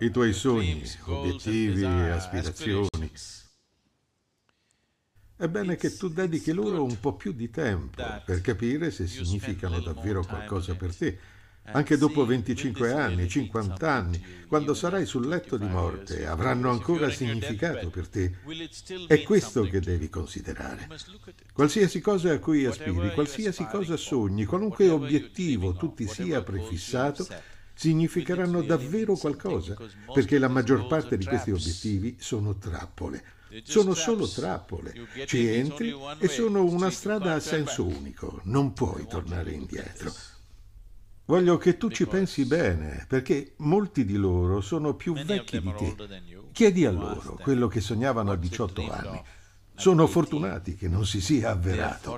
i tuoi sogni, obiettivi e aspirazioni. È bene che tu dedichi loro un po' più di tempo per capire se significano davvero qualcosa per te. Anche dopo 25 anni, 50 anni, quando sarai sul letto di morte, avranno ancora significato per te. È questo che devi considerare. Qualsiasi cosa a cui aspiri, qualsiasi cosa sogni, qualunque obiettivo tu ti sia prefissato, significheranno davvero qualcosa, perché la maggior parte di questi obiettivi sono trappole. Sono solo trappole. Ci entri e sono una strada a senso unico. Non puoi tornare indietro. Voglio che tu ci pensi bene, perché molti di loro sono più vecchi di te. Chiedi a loro quello che sognavano a 18 anni. Sono fortunati che non si sia avverato.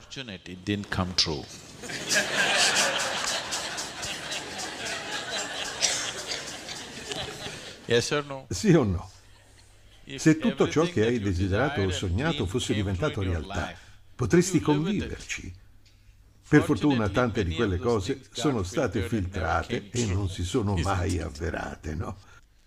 Sì o no? Se tutto ciò che hai desiderato o sognato fosse diventato realtà, potresti conviverci. Per fortuna tante di quelle cose sono state filtrate e non si sono mai avverate, no?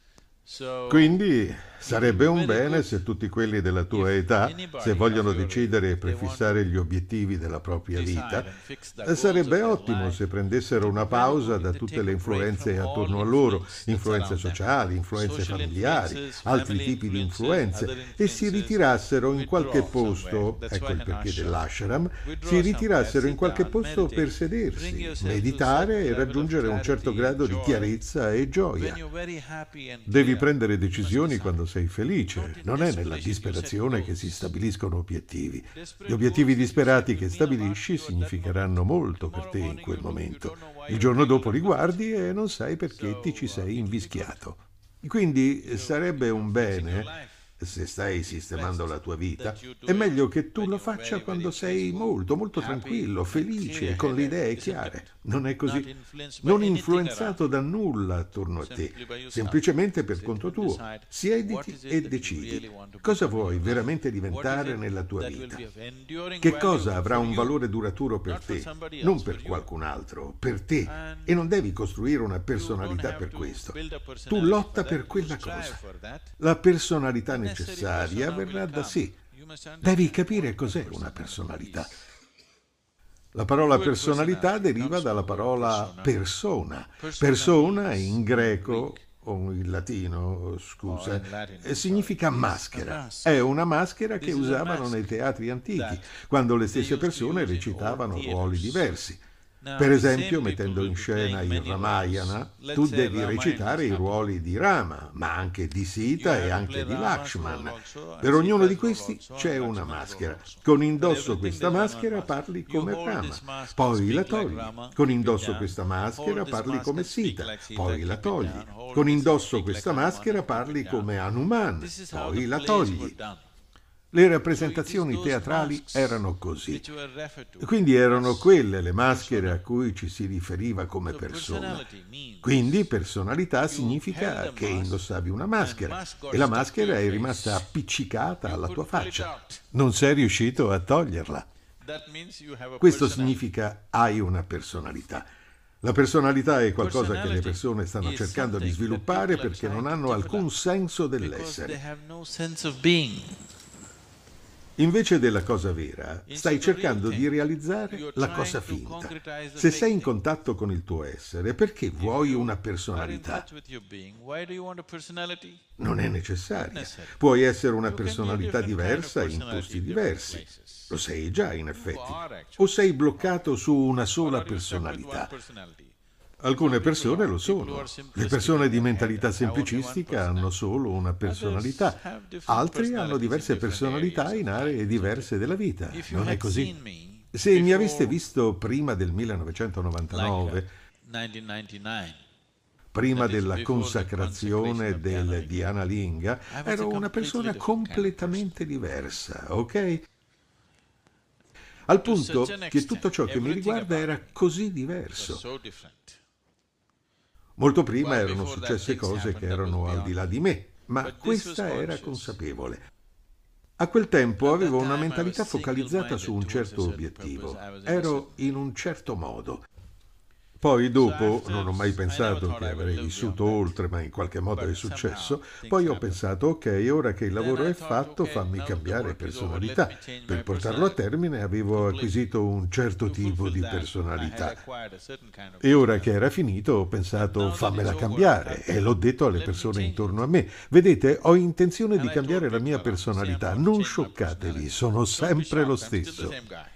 Quindi sarebbe un bene se tutti quelli della tua età, se vogliono decidere e prefissare gli obiettivi della propria vita, sarebbe ottimo se prendessero una pausa da tutte le influenze attorno a loro, influenze sociali, influenze familiari, altri tipi di influenze, e si ritirassero in qualche posto, ecco il perché dell'ashram, si ritirassero in qualche posto per sedersi, meditare e raggiungere un certo grado di chiarezza e gioia. Devi prendere decisioni quando sei felice, non è nella disperazione che si stabiliscono obiettivi. Gli obiettivi disperati che stabilisci significheranno molto per te in quel momento. Il giorno dopo li guardi e non sai perché ti ci sei invischiato. Quindi sarebbe un bene, se stai sistemando la tua vita, è meglio che tu lo faccia quando sei molto, molto tranquillo, felice, con le idee chiare. Non è così? Non influenzato da nulla attorno a te, semplicemente per conto tuo. Siediti e decidi. Cosa vuoi veramente diventare nella tua vita? Che cosa avrà un valore duraturo per te, non per qualcun altro, per te. E non devi costruire una personalità per questo. Tu lotta per quella cosa. La personalità necessaria verrà da sé. Devi capire cos'è una personalità. La parola personalità deriva dalla parola persona. Persona in greco, o in latino, scusa, significa maschera. È una maschera che usavano nei teatri antichi, quando le stesse persone recitavano ruoli diversi. Per esempio, mettendo in scena il Ramayana, tu devi recitare i ruoli di Rama, ma anche di Sita e anche di Lakshman. Per ognuno di questi c'è una maschera. Con indosso questa maschera parli come Rama, poi la togli. Con indosso questa maschera parli come Sita, poi la togli. Con indosso questa maschera parli come Hanuman, poi la togli. Le rappresentazioni teatrali erano così. Quindi erano quelle le maschere a cui ci si riferiva come persona. Quindi personalità significa che indossavi una maschera e la maschera è rimasta appiccicata alla tua faccia. Non sei riuscito a toglierla. Questo significa hai una personalità. La personalità è qualcosa che le persone stanno cercando di sviluppare perché non hanno alcun senso dell'essere. Invece della cosa vera, stai cercando di realizzare la cosa finta. Se sei in contatto con il tuo essere, perché vuoi una personalità? Non è necessaria. Puoi essere una personalità diversa in posti diversi. Lo sei già, in effetti. O sei bloccato su una sola personalità. Alcune persone lo sono. Le persone di mentalità semplicistica hanno solo una personalità. Altri hanno diverse personalità in aree diverse della vita. Non è così? Se mi aveste visto prima del 1999, prima della consacrazione del Dhyana Linga, ero una persona completamente diversa, ok? Al punto che tutto ciò che mi riguarda era così diverso. Molto prima erano successe cose che erano al di là di me, ma questa era consapevole. A quel tempo avevo una mentalità focalizzata su un certo obiettivo. Ero in un certo modo. Poi dopo non ho mai pensato che avrei vissuto oltre, ma in qualche modo è successo. Poi ho pensato, ok, ora che il lavoro è fatto, fammi cambiare personalità. Per portarlo a termine avevo acquisito un certo tipo di personalità. E ora che era finito ho pensato, fammela cambiare, e l'ho detto alle persone intorno a me. Vedete, ho intenzione di cambiare la mia personalità, non scioccatevi, sono sempre lo stesso.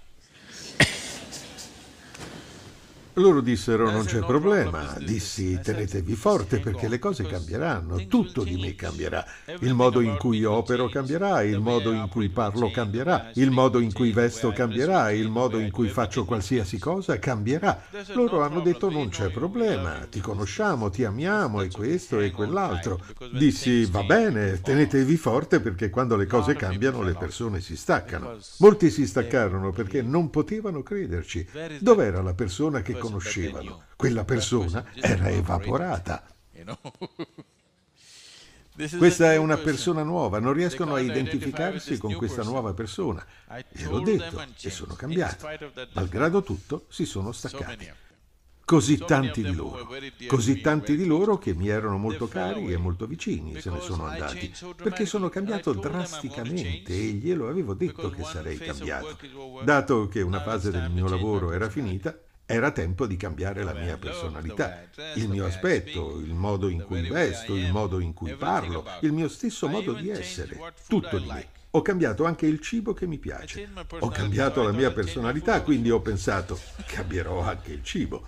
Loro dissero non c'è problema, dissi tenetevi forte perché le cose cambieranno, tutto di me cambierà, il modo in cui opero cambierà, il modo in cui parlo cambierà, il modo in cui vesto cambierà, il modo in cui faccio qualsiasi cosa cambierà. Loro hanno detto non c'è problema, ti conosciamo, ti amiamo e questo e quell'altro. Dissi va bene, tenetevi forte perché quando le cose cambiano le persone si staccano. Molti si staccarono perché non potevano crederci. Dov'era la persona che conoscevano? Quella persona era evaporata. Questa è una persona nuova, non riescono a identificarsi con questa nuova persona. Gliel'ho detto e sono cambiato. Malgrado tutto, si sono staccati. Così tanti di loro che mi erano molto cari e molto vicini se ne sono andati, perché sono cambiato drasticamente e glielo avevo detto che sarei cambiato. Dato che una fase del mio lavoro era finita, era tempo di cambiare la mia personalità, il mio aspetto, il modo in cui vesto, il modo in cui parlo, il mio stesso modo di essere, tutto di me. Ho cambiato anche il cibo che mi piace. Ho cambiato la mia personalità, quindi ho pensato, cambierò anche il cibo.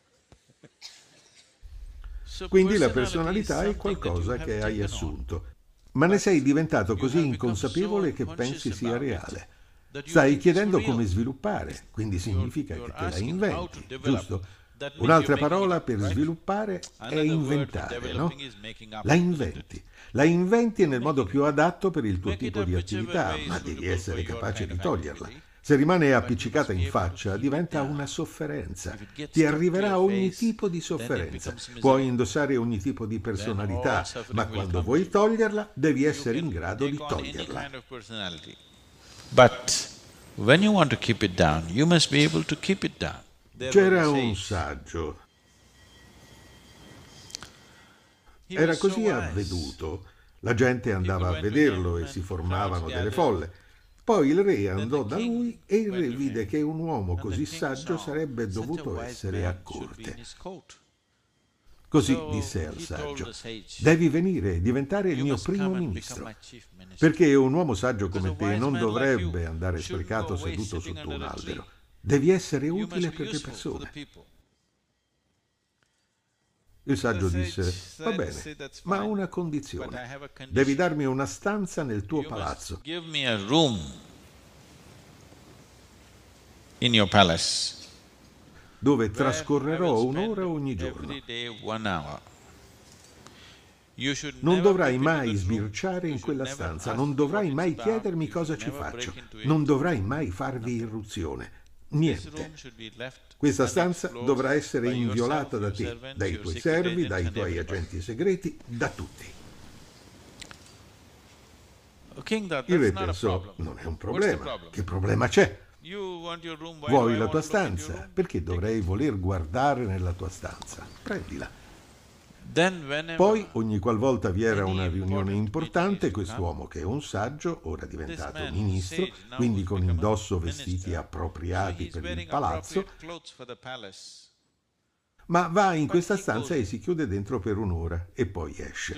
Quindi la personalità è qualcosa che hai assunto, ma ne sei diventato così inconsapevole che pensi sia reale. Stai chiedendo come sviluppare, quindi significa che te la inventi, giusto? Un'altra parola per sviluppare è inventare, no? La inventi. La inventi nel modo più adatto per il tuo tipo di attività, ma devi essere capace di toglierla. Se rimane appiccicata in faccia, diventa una sofferenza. Ti arriverà ogni tipo di sofferenza. Puoi indossare ogni tipo di personalità, ma quando vuoi toglierla, devi essere in grado di toglierla. But when you want to keep it down, you must be able to keep it down. C'era un saggio. Era così avveduto. La gente andava a vederlo e si formavano delle folle. Poi il re andò da lui e il re vide che un uomo così saggio sarebbe dovuto essere a corte. Così disse al saggio, devi venire e diventare il mio primo ministro, perché un uomo saggio come te non dovrebbe andare sprecato seduto sotto un albero. Devi essere utile per le persone. Il saggio disse, va bene, ma a una condizione. Devi darmi una stanza nel tuo palazzo. Give me a room in your palace, dove trascorrerò un'ora ogni giorno. Non dovrai mai sbirciare in quella stanza, non dovrai mai chiedermi cosa ci faccio, non dovrai mai farvi irruzione, niente. Questa stanza dovrà essere inviolata da te, dai tuoi servi, dai tuoi agenti segreti, da tutti. Il re pensò, non è un problema, che problema c'è? Vuoi la tua stanza? Perché dovrei voler guardare nella tua stanza? Prendila. Poi, ogni qualvolta vi era una riunione importante, quest'uomo che è un saggio, ora diventato ministro, quindi con indosso vestiti appropriati per il palazzo, ma va in questa stanza e si chiude dentro per un'ora e poi esce.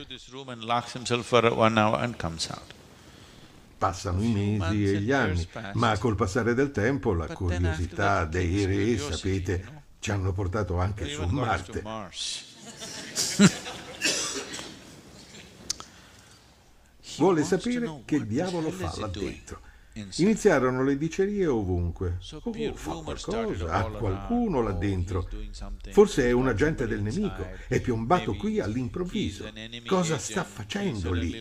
Passano i mesi e gli anni, ma col passare del tempo la curiosità dei re, sapete, ci hanno portato anche su Marte. Vuole sapere che diavolo fa là dentro. Iniziarono le dicerie ovunque. Oh, fa qualcosa, ha qualcuno là dentro. Forse è un agente del nemico, è piombato qui all'improvviso. Cosa sta facendo lì?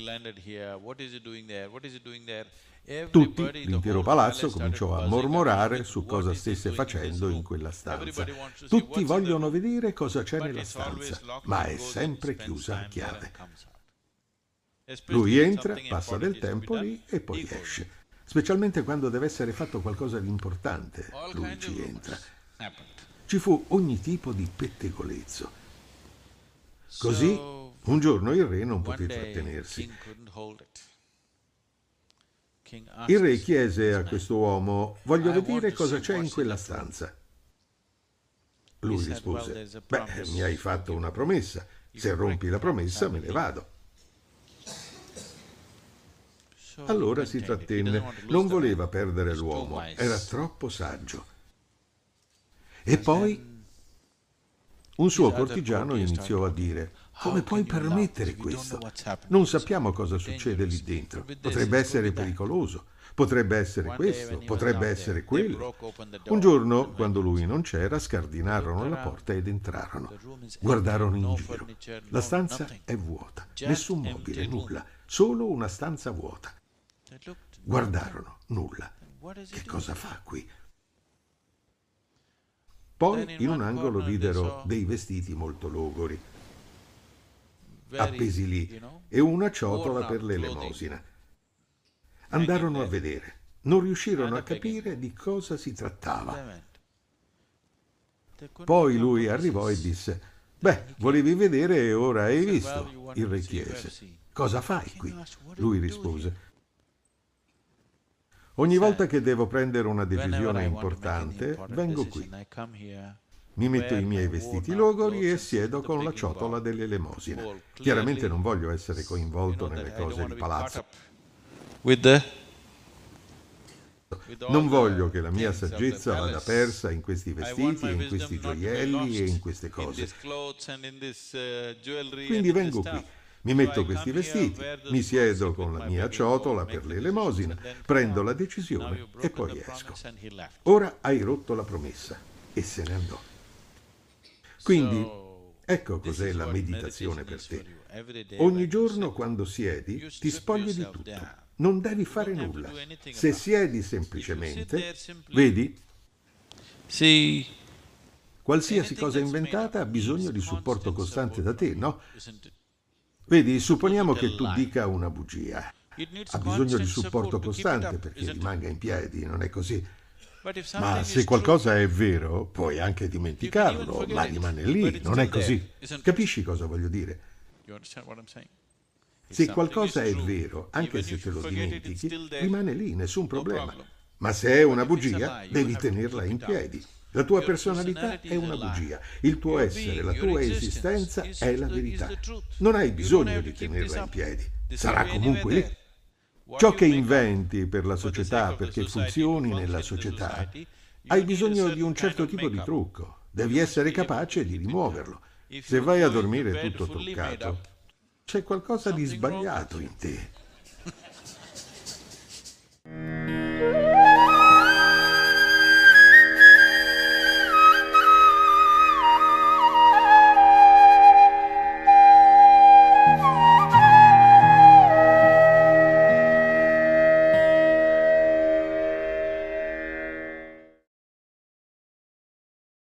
Tutti, l'intero palazzo, cominciò a mormorare su cosa stesse facendo in quella stanza. Tutti vogliono vedere cosa c'è nella stanza, ma è sempre chiusa a chiave. Lui entra, passa del tempo lì e poi esce. Specialmente quando deve essere fatto qualcosa di importante, lui ci entra. Ci fu ogni tipo di pettegolezzo. Così, un giorno il re non poté trattenersi. Il re chiese a questo uomo: voglio vedere cosa c'è in quella stanza. Lui rispose: beh, mi hai fatto una promessa. Se rompi la promessa me ne vado. Allora si trattenne. Non voleva perdere l'uomo, era troppo saggio. E poi un suo cortigiano iniziò a dire: come puoi permettere questo? Non sappiamo cosa succede lì dentro. Potrebbe essere pericoloso, potrebbe essere questo, potrebbe essere quello. Un giorno, quando lui non c'era, scardinarono la porta ed entrarono. Guardarono in giro. La stanza è vuota, nessun mobile, nulla, solo una stanza vuota. Guardarono, nulla. Che cosa fa qui? Poi in un angolo videro dei vestiti molto logori, appesi lì, e una ciotola per l'elemosina. Andarono a vedere. Non riuscirono a capire di cosa si trattava. Poi lui arrivò e disse: beh, volevi vedere e ora hai visto. Il re chiese: cosa fai qui? Lui rispose: ogni volta che devo prendere una decisione importante, vengo qui. Mi metto i miei vestiti logori e siedo con la ciotola dell'elemosina. Chiaramente non voglio essere coinvolto nelle cose di palazzo. Non voglio che la mia saggezza vada persa in questi vestiti, in questi gioielli e in queste cose. Quindi vengo qui. Mi metto questi vestiti, mi siedo con la mia ciotola per l'elemosina, prendo la decisione e poi esco. Ora hai rotto la promessa. E se ne andò. Quindi, ecco cos'è la meditazione per te. Ogni giorno quando siedi, ti spogli di tutto. Non devi fare nulla. Se siedi semplicemente, vedi? Qualsiasi cosa inventata ha bisogno di supporto costante da te, no? Vedi, supponiamo che tu dica una bugia. Ha bisogno di supporto costante perché rimanga in piedi, non è così? Ma se qualcosa è vero, puoi anche dimenticarlo, ma rimane lì, non è così? Capisci cosa voglio dire? Se qualcosa è vero, anche se te lo dimentichi, rimane lì, nessun problema. Ma se è una bugia, devi tenerla in piedi. La tua personalità è una bugia, il tuo essere, la tua esistenza è la verità. Non hai bisogno di tenerla in piedi, sarà comunque lì. Ciò che inventi per la società, perché funzioni nella società, hai bisogno di un certo tipo di trucco. Devi essere capace di rimuoverlo. Se vai a dormire tutto truccato, c'è qualcosa di sbagliato in te.